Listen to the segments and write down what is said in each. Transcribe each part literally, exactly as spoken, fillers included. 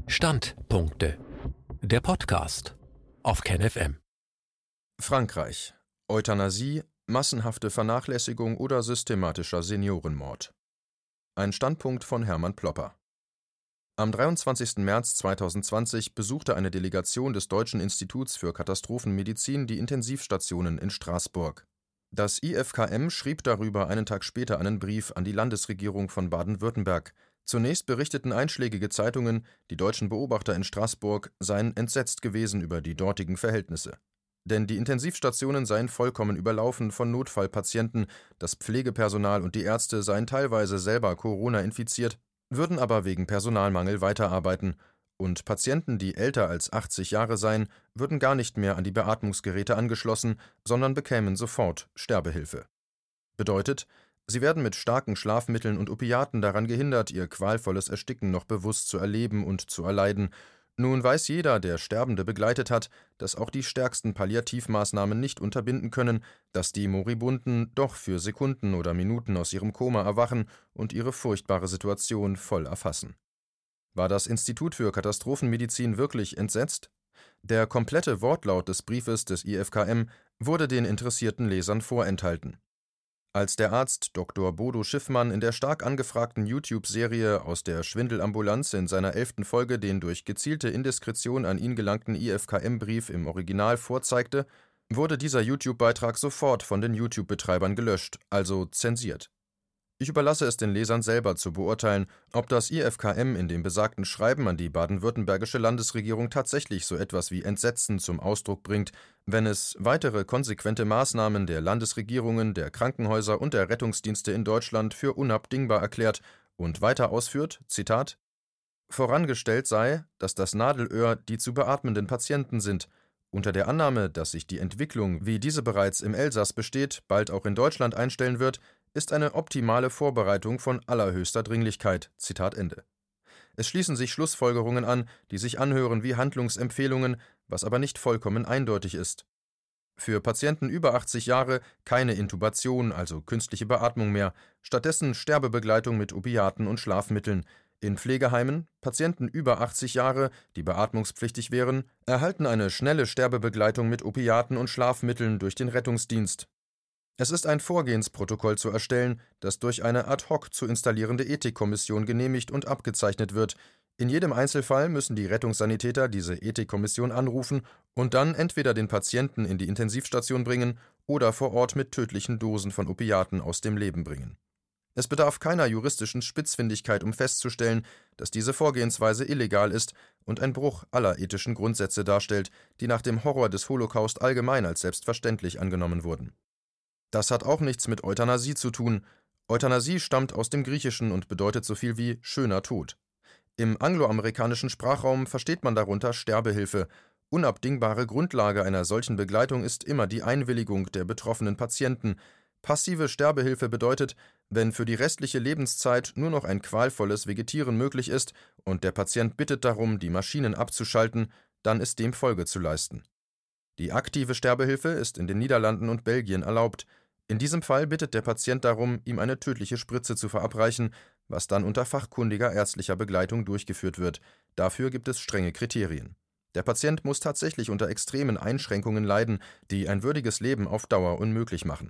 Standpunkte. Der Podcast auf KenFM. M. Frankreich. Euthanasie, massenhafte Vernachlässigung oder systematischer Seniorenmord. Ein Standpunkt von Hermann Plopper. Am dreiundzwanzigsten März zweitausendzwanzig besuchte eine Delegation des Deutschen Instituts für Katastrophenmedizin die Intensivstationen in Straßburg. Das I F K M schrieb darüber einen Tag später einen Brief an die Landesregierung von Baden-Württemberg. Zunächst berichteten einschlägige Zeitungen, die deutschen Beobachter in Straßburg seien entsetzt gewesen über die dortigen Verhältnisse. Denn die Intensivstationen seien vollkommen überlaufen von Notfallpatienten, das Pflegepersonal und die Ärzte seien teilweise selber Corona infiziert, würden aber wegen Personalmangel weiterarbeiten, und Patienten, die älter als achtzig Jahre seien, würden gar nicht mehr an die Beatmungsgeräte angeschlossen, sondern bekämen sofort Sterbehilfe. Bedeutet, sie werden mit starken Schlafmitteln und Opiaten daran gehindert, ihr qualvolles Ersticken noch bewusst zu erleben und zu erleiden. Nun weiß jeder, der Sterbende begleitet hat, dass auch die stärksten Palliativmaßnahmen nicht unterbinden können, dass die Moribunden doch für Sekunden oder Minuten aus ihrem Koma erwachen und ihre furchtbare Situation voll erfassen. War das Institut für Katastrophenmedizin wirklich entsetzt? Der komplette Wortlaut des Briefes des I F K M wurde den interessierten Lesern vorenthalten. Als der Arzt Doktor Bodo Schiffmann in der stark angefragten YouTube-Serie Aus der Schwindelambulanz in seiner elften Folge den durch gezielte Indiskretion an ihn gelangten I F K M-Brief im Original vorzeigte, wurde dieser YouTube-Beitrag sofort von den YouTube-Betreibern gelöscht, also zensiert. Ich überlasse es den Lesern selber zu beurteilen, ob das I F K M in dem besagten Schreiben an die baden-württembergische Landesregierung tatsächlich so etwas wie Entsetzen zum Ausdruck bringt, wenn es weitere konsequente Maßnahmen der Landesregierungen, der Krankenhäuser und der Rettungsdienste in Deutschland für unabdingbar erklärt und weiter ausführt, Zitat: Vorangestellt sei, dass das Nadelöhr die zu beatmenden Patienten sind. Unter der Annahme, dass sich die Entwicklung, wie diese bereits im Elsass besteht, bald auch in Deutschland einstellen wird, ist eine optimale Vorbereitung von allerhöchster Dringlichkeit. Zitat Ende. Es schließen sich Schlussfolgerungen an, die sich anhören wie Handlungsempfehlungen, was aber nicht vollkommen eindeutig ist. Für Patienten über achtzig Jahre keine Intubation, also künstliche Beatmung mehr, stattdessen Sterbebegleitung mit Opiaten und Schlafmitteln. In Pflegeheimen, Patienten über achtzig Jahre, die beatmungspflichtig wären, erhalten eine schnelle Sterbebegleitung mit Opiaten und Schlafmitteln durch den Rettungsdienst. Es ist ein Vorgehensprotokoll zu erstellen, das durch eine ad hoc zu installierende Ethikkommission genehmigt und abgezeichnet wird. In jedem Einzelfall müssen die Rettungssanitäter diese Ethikkommission anrufen und dann entweder den Patienten in die Intensivstation bringen oder vor Ort mit tödlichen Dosen von Opiaten aus dem Leben bringen. Es bedarf keiner juristischen Spitzfindigkeit, um festzustellen, dass diese Vorgehensweise illegal ist und ein Bruch aller ethischen Grundsätze darstellt, die nach dem Horror des Holocaust allgemein als selbstverständlich angenommen wurden. Das hat auch nichts mit Euthanasie zu tun. Euthanasie stammt aus dem Griechischen und bedeutet so viel wie schöner Tod. Im angloamerikanischen Sprachraum versteht man darunter Sterbehilfe. Unabdingbare Grundlage einer solchen Begleitung ist immer die Einwilligung der betroffenen Patienten. Passive Sterbehilfe bedeutet, wenn für die restliche Lebenszeit nur noch ein qualvolles Vegetieren möglich ist und der Patient bittet darum, die Maschinen abzuschalten, dann ist dem Folge zu leisten. Die aktive Sterbehilfe ist in den Niederlanden und Belgien erlaubt. In diesem Fall bittet der Patient darum, ihm eine tödliche Spritze zu verabreichen, was dann unter fachkundiger ärztlicher Begleitung durchgeführt wird. Dafür gibt es strenge Kriterien. Der Patient muss tatsächlich unter extremen Einschränkungen leiden, die ein würdiges Leben auf Dauer unmöglich machen.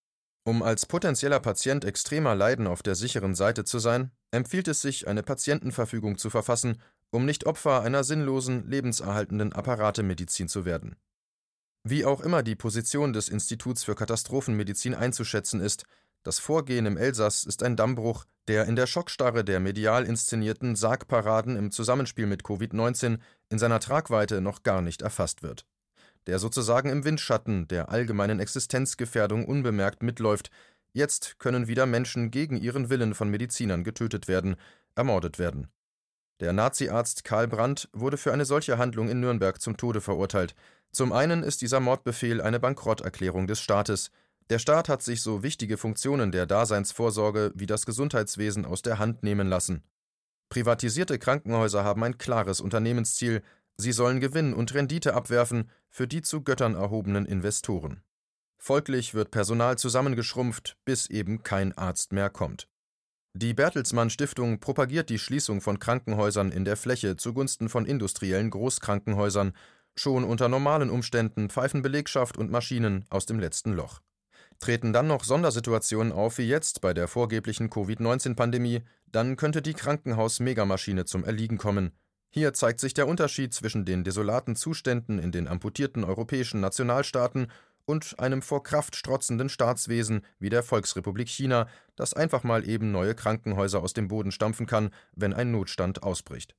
Um als potenzieller Patient extremer Leiden auf der sicheren Seite zu sein, empfiehlt es sich, eine Patientenverfügung zu verfassen, um nicht Opfer einer sinnlosen, lebenserhaltenden Apparatemedizin zu werden. Wie auch immer die Position des Instituts für Katastrophenmedizin einzuschätzen ist, das Vorgehen im Elsass ist ein Dammbruch, der in der Schockstarre der medial inszenierten Sargparaden im Zusammenspiel mit Covid neunzehn in seiner Tragweite noch gar nicht erfasst wird. Der sozusagen im Windschatten der allgemeinen Existenzgefährdung unbemerkt mitläuft. Jetzt können wieder Menschen gegen ihren Willen von Medizinern getötet werden, ermordet werden. Der Nazi-Arzt Karl Brandt wurde für eine solche Handlung in Nürnberg zum Tode verurteilt. Zum einen ist dieser Mordbefehl eine Bankrotterklärung des Staates. Der Staat hat sich so wichtige Funktionen der Daseinsvorsorge wie das Gesundheitswesen aus der Hand nehmen lassen. Privatisierte Krankenhäuser haben ein klares Unternehmensziel. Sie sollen Gewinn und Rendite abwerfen für die zu Göttern erhobenen Investoren. Folglich wird Personal zusammengeschrumpft, bis eben kein Arzt mehr kommt. Die Bertelsmann Stiftung propagiert die Schließung von Krankenhäusern in der Fläche zugunsten von industriellen Großkrankenhäusern. Schon unter normalen Umständen pfeifen Belegschaft und Maschinen aus dem letzten Loch. Treten dann noch Sondersituationen auf wie jetzt bei der vorgeblichen Covid neunzehn Pandemie, dann könnte die Krankenhaus-Megamaschine zum Erliegen kommen. Hier zeigt sich der Unterschied zwischen den desolaten Zuständen in den amputierten europäischen Nationalstaaten und einem vor Kraft strotzenden Staatswesen wie der Volksrepublik China, das einfach mal eben neue Krankenhäuser aus dem Boden stampfen kann, wenn ein Notstand ausbricht.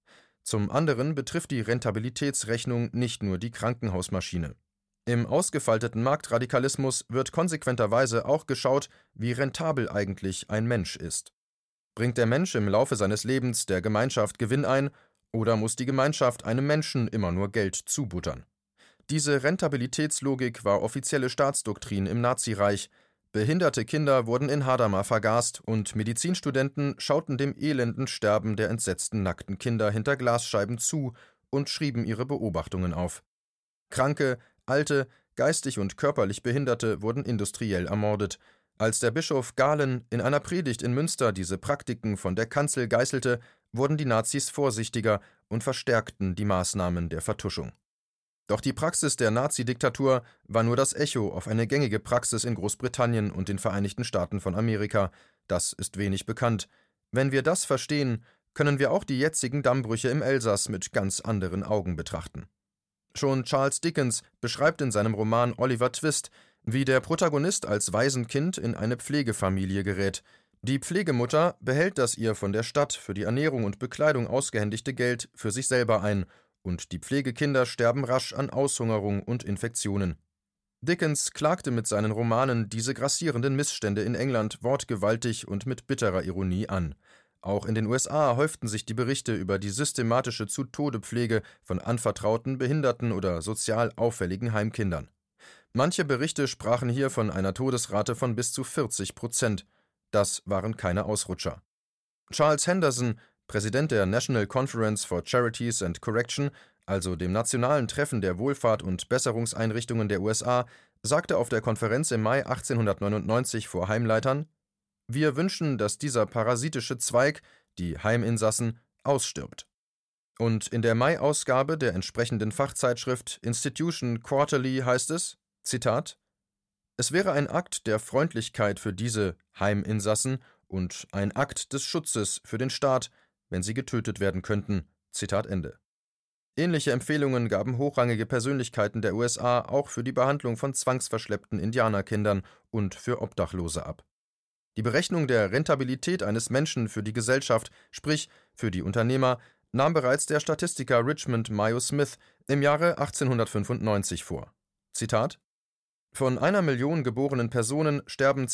Zum anderen betrifft die Rentabilitätsrechnung nicht nur die Krankenhausmaschine. Im ausgefalteten Marktradikalismus wird konsequenterweise auch geschaut, wie rentabel eigentlich ein Mensch ist. Bringt der Mensch im Laufe seines Lebens der Gemeinschaft Gewinn ein, oder muss die Gemeinschaft einem Menschen immer nur Geld zubuttern? Diese Rentabilitätslogik war offizielle Staatsdoktrin im Nazireich. Behinderte Kinder wurden in Hadamar vergast und Medizinstudenten schauten dem elenden Sterben der entsetzten nackten Kinder hinter Glasscheiben zu und schrieben ihre Beobachtungen auf. Kranke, alte, geistig und körperlich Behinderte wurden industriell ermordet. Als der Bischof Galen in einer Predigt in Münster diese Praktiken von der Kanzel geißelte, wurden die Nazis vorsichtiger und verstärkten die Maßnahmen der Vertuschung. Doch die Praxis der Nazi-Diktatur war nur das Echo auf eine gängige Praxis in Großbritannien und den Vereinigten Staaten von Amerika. Das ist wenig bekannt. Wenn wir das verstehen, können wir auch die jetzigen Dammbrüche im Elsass mit ganz anderen Augen betrachten. Schon Charles Dickens beschreibt in seinem Roman Oliver Twist, wie der Protagonist als Waisenkind in eine Pflegefamilie gerät. Die Pflegemutter behält das ihr von der Stadt für die Ernährung und Bekleidung ausgehändigte Geld für sich selber ein, und die Pflegekinder sterben rasch an Aushungerung und Infektionen. Dickens klagte mit seinen Romanen diese grassierenden Missstände in England wortgewaltig und mit bitterer Ironie an. Auch in den U S A häuften sich die Berichte über die systematische Zu-Tode-Pflege von anvertrauten, behinderten oder sozial auffälligen Heimkindern. Manche Berichte sprachen hier von einer Todesrate von bis zu vierzig Prozent. Das waren keine Ausrutscher. Charles Henderson, Präsident der National Conference for Charities and Correction, also dem nationalen Treffen der Wohlfahrt- und Besserungseinrichtungen der U S A, sagte auf der Konferenz im Mai achtzehnhundertneunundneunzig vor Heimleitern: Wir wünschen, dass dieser parasitische Zweig, die Heiminsassen, ausstirbt. Und in der Mai-Ausgabe der entsprechenden Fachzeitschrift Institution Quarterly heißt es, Zitat, es wäre ein Akt der Freundlichkeit für diese Heiminsassen und ein Akt des Schutzes für den Staat, wenn sie getötet werden könnten. Zitat Ende. Ähnliche Empfehlungen gaben hochrangige Persönlichkeiten der U S A auch für die Behandlung von zwangsverschleppten Indianerkindern und für Obdachlose ab. Die Berechnung der Rentabilität eines Menschen für die Gesellschaft, sprich für die Unternehmer, nahm bereits der Statistiker Richmond Mayo Smith im Jahre achtzehnhundertfünfundneunzig vor. Zitat: Von einer Million geborenen Personen sterben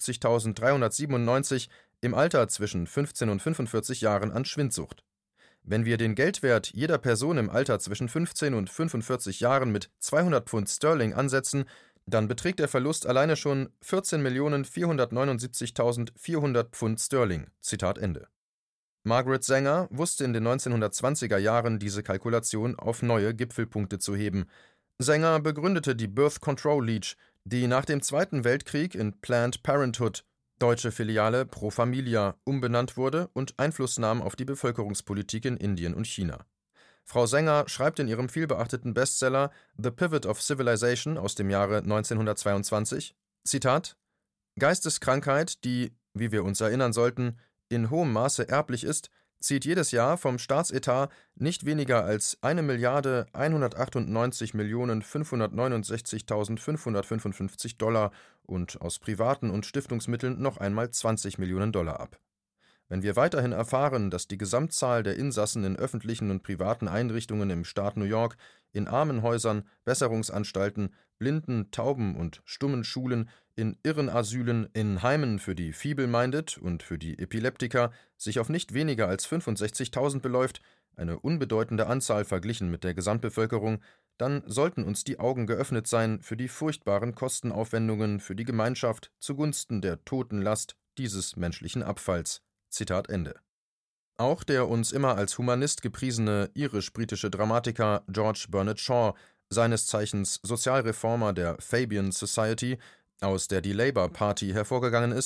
zweiundsiebzigtausenddreihundertsiebenundneunzig im Alter zwischen fünfzehn und fünfundvierzig Jahren an Schwindsucht. Wenn wir den Geldwert jeder Person im Alter zwischen fünfzehn und fünfundvierzig Jahren mit zweihundert Pfund Sterling ansetzen, dann beträgt der Verlust alleine schon vierzehn Millionen vierhundertneunundsiebzigtausendvierhundert Pfund Sterling. Zitat Ende. Margaret Sanger wusste in den neunzehnhundertzwanziger Jahren diese Kalkulation auf neue Gipfelpunkte zu heben. Sanger begründete die Birth Control League, die nach dem Zweiten Weltkrieg in Planned Parenthood, deutsche Filiale Pro Familia, umbenannt wurde und Einfluss nahm auf die Bevölkerungspolitik in Indien und China. Frau Sanger schreibt in ihrem vielbeachteten Bestseller The Pivot of Civilization aus dem Jahre neunzehnhundertzweiundzwanzig, Zitat, Geisteskrankheit, die, wie wir uns erinnern sollten, in hohem Maße erblich ist, zieht jedes Jahr vom Staatsetat nicht weniger als eine Milliarde hundertachtundneunzig Millionen fünfhundertneunundsechzigtausendfünfhundertfünfundfünfzig Dollar und aus privaten und Stiftungsmitteln noch einmal zwanzig Millionen Dollar ab. Wenn wir weiterhin erfahren, dass die Gesamtzahl der Insassen in öffentlichen und privaten Einrichtungen im Staat New York, in Armenhäusern, Besserungsanstalten, Blinden-, Tauben- und Stummenschulen, in Irrenasylen, in Heimen für die Feeble-Minded und für die Epileptiker sich auf nicht weniger als fünfundsechzigtausend beläuft, eine unbedeutende Anzahl verglichen mit der Gesamtbevölkerung, dann sollten uns die Augen geöffnet sein für die furchtbaren Kostenaufwendungen für die Gemeinschaft zugunsten der Totenlast dieses menschlichen Abfalls. Zitat Ende. Auch der uns immer als Humanist gepriesene irisch-britische Dramatiker George Bernard Shaw, seines Zeichens Sozialreformer der Fabian Society, aus der die Labour Party hervorgegangen ist,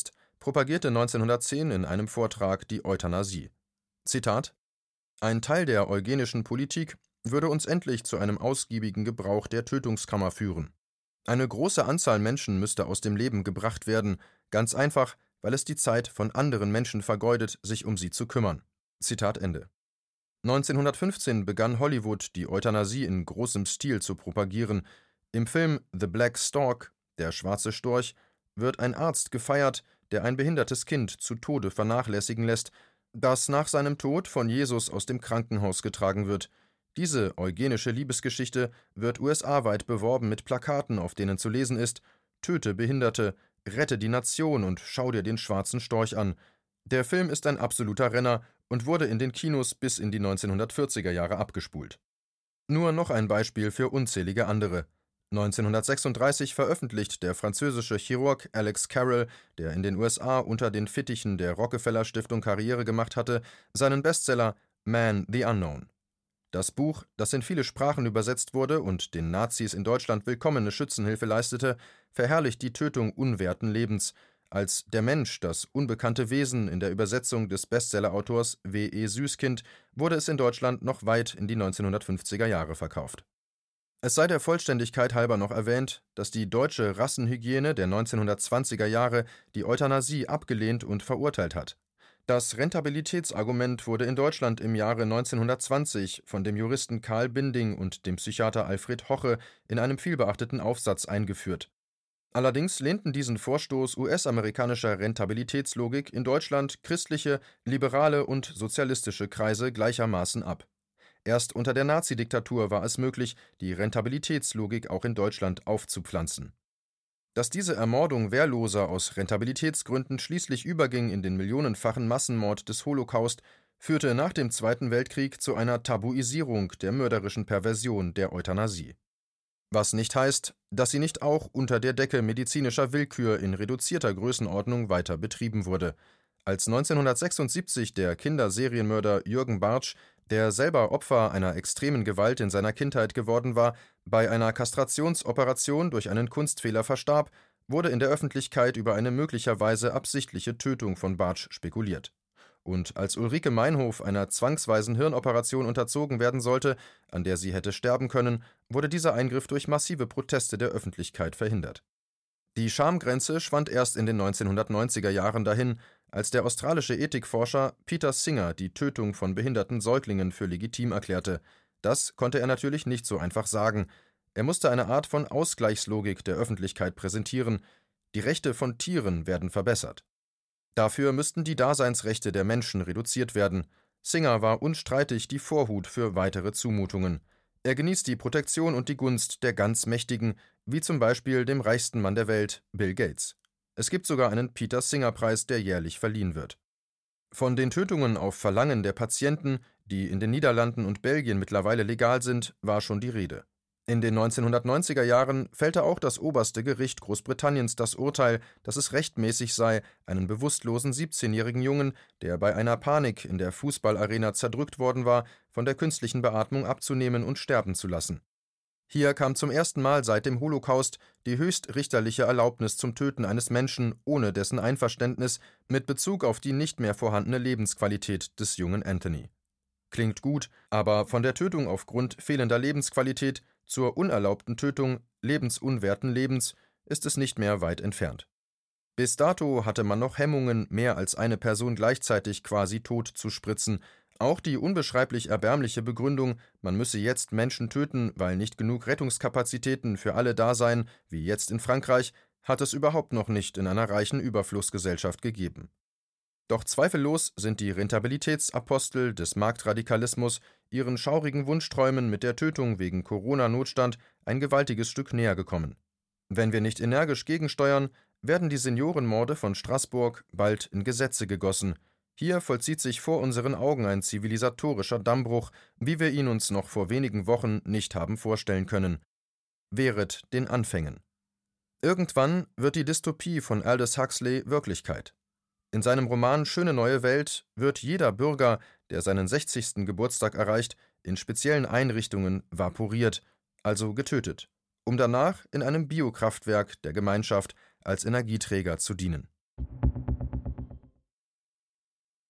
propagierte neunzehnhundertzehn in einem Vortrag die Euthanasie. Zitat: »Ein Teil der eugenischen Politik würde uns endlich zu einem ausgiebigen Gebrauch der Tötungskammer führen. Eine große Anzahl Menschen müsste aus dem Leben gebracht werden, ganz einfach, weil es die Zeit von anderen Menschen vergeudet, sich um sie zu kümmern.« Zitat Ende. neunzehnhundertfünfzehn begann Hollywood, die Euthanasie in großem Stil zu propagieren. Im Film The Black Stork, der schwarze Storch, wird ein Arzt gefeiert, der ein behindertes Kind zu Tode vernachlässigen lässt, das nach seinem Tod von Jesus aus dem Krankenhaus getragen wird. Diese eugenische Liebesgeschichte wird U S A-weit beworben mit Plakaten, auf denen zu lesen ist: »Töte Behinderte, rette die Nation und schau dir den schwarzen Storch an.« Der Film ist ein absoluter Renner und wurde in den Kinos bis in die neunzehnhundertvierziger Jahre abgespult. Nur noch ein Beispiel für unzählige andere. neunzehnhundertsechsunddreißig veröffentlicht der französische Chirurg Alex Carrel, der in den U S A unter den Fittichen der Rockefeller-Stiftung Karriere gemacht hatte, seinen Bestseller Man the Unknown. Das Buch, das in viele Sprachen übersetzt wurde und den Nazis in Deutschland willkommene Schützenhilfe leistete, verherrlicht die Tötung unwerten Lebens. Als Der Mensch, das unbekannte Wesen in der Übersetzung des Bestseller-Autors W E Süßkind wurde es in Deutschland noch weit in die neunzehnhundertfünfziger Jahre verkauft. Es sei der Vollständigkeit halber noch erwähnt, dass die deutsche Rassenhygiene der neunzehnhundertzwanziger Jahre die Euthanasie abgelehnt und verurteilt hat. Das Rentabilitätsargument wurde in Deutschland im Jahre neunzehnhundertzwanzig von dem Juristen Karl Binding und dem Psychiater Alfred Hoche in einem vielbeachteten Aufsatz eingeführt. Allerdings lehnten diesen Vorstoß U S-amerikanischer Rentabilitätslogik in Deutschland christliche, liberale und sozialistische Kreise gleichermaßen ab. Erst unter der Nazidiktatur war es möglich, die Rentabilitätslogik auch in Deutschland aufzupflanzen. Dass diese Ermordung Wehrloser aus Rentabilitätsgründen schließlich überging in den millionenfachen Massenmord des Holocaust, führte nach dem Zweiten Weltkrieg zu einer Tabuisierung der mörderischen Perversion der Euthanasie. Was nicht heißt, dass sie nicht auch unter der Decke medizinischer Willkür in reduzierter Größenordnung weiter betrieben wurde. Als neunzehnhundertsechsundsiebzig der Kinderserienmörder Jürgen Bartsch, der selber Opfer einer extremen Gewalt in seiner Kindheit geworden war, bei einer Kastrationsoperation durch einen Kunstfehler verstarb, wurde in der Öffentlichkeit über eine möglicherweise absichtliche Tötung von Bartsch spekuliert. Und als Ulrike Meinhof einer zwangsweisen Hirnoperation unterzogen werden sollte, an der sie hätte sterben können, wurde dieser Eingriff durch massive Proteste der Öffentlichkeit verhindert. Die Schamgrenze schwand erst in den neunzehnhundertneunziger Jahren dahin, als der australische Ethikforscher Peter Singer die Tötung von behinderten Säuglingen für legitim erklärte. Das konnte er natürlich nicht so einfach sagen. Er musste eine Art von Ausgleichslogik der Öffentlichkeit präsentieren. Die Rechte von Tieren werden verbessert. Dafür müssten die Daseinsrechte der Menschen reduziert werden. Singer war unstreitig die Vorhut für weitere Zumutungen. Er genießt die Protektion und die Gunst der ganz Mächtigen, wie zum Beispiel dem reichsten Mann der Welt, Bill Gates. Es gibt sogar einen Peter-Singer-Preis, der jährlich verliehen wird. Von den Tötungen auf Verlangen der Patienten, die in den Niederlanden und Belgien mittlerweile legal sind, war schon die Rede. In den neunzehnhundertneunziger Jahren fällte auch das oberste Gericht Großbritanniens das Urteil, dass es rechtmäßig sei, einen bewusstlosen siebzehnjährigen Jungen, der bei einer Panik in der Fußballarena zerdrückt worden war, von der künstlichen Beatmung abzunehmen und sterben zu lassen. Hier kam zum ersten Mal seit dem Holocaust die höchstrichterliche Erlaubnis zum Töten eines Menschen ohne dessen Einverständnis mit Bezug auf die nicht mehr vorhandene Lebensqualität des jungen Anthony. Klingt gut, aber von der Tötung aufgrund fehlender Lebensqualität zur unerlaubten Tötung lebensunwerten Lebens ist es nicht mehr weit entfernt. Bis dato hatte man noch Hemmungen, mehr als eine Person gleichzeitig quasi tot zu spritzen. Auch die unbeschreiblich erbärmliche Begründung, man müsse jetzt Menschen töten, weil nicht genug Rettungskapazitäten für alle da seien, wie jetzt in Frankreich, hat es überhaupt noch nicht in einer reichen Überflussgesellschaft gegeben. Doch zweifellos sind die Rentabilitätsapostel des Marktradikalismus ihren schaurigen Wunschträumen mit der Tötung wegen Corona-Notstand ein gewaltiges Stück näher gekommen. Wenn wir nicht energisch gegensteuern, werden die Seniorenmorde von Straßburg bald in Gesetze gegossen. Hier vollzieht sich vor unseren Augen ein zivilisatorischer Dammbruch, wie wir ihn uns noch vor wenigen Wochen nicht haben vorstellen können. Wehret den Anfängen. Irgendwann wird die Dystopie von Aldous Huxley Wirklichkeit. In seinem Roman Schöne neue Welt wird jeder Bürger, der seinen sechzigsten Geburtstag erreicht, in speziellen Einrichtungen vaporiert, also getötet, um danach in einem Biokraftwerk der Gemeinschaft als Energieträger zu dienen.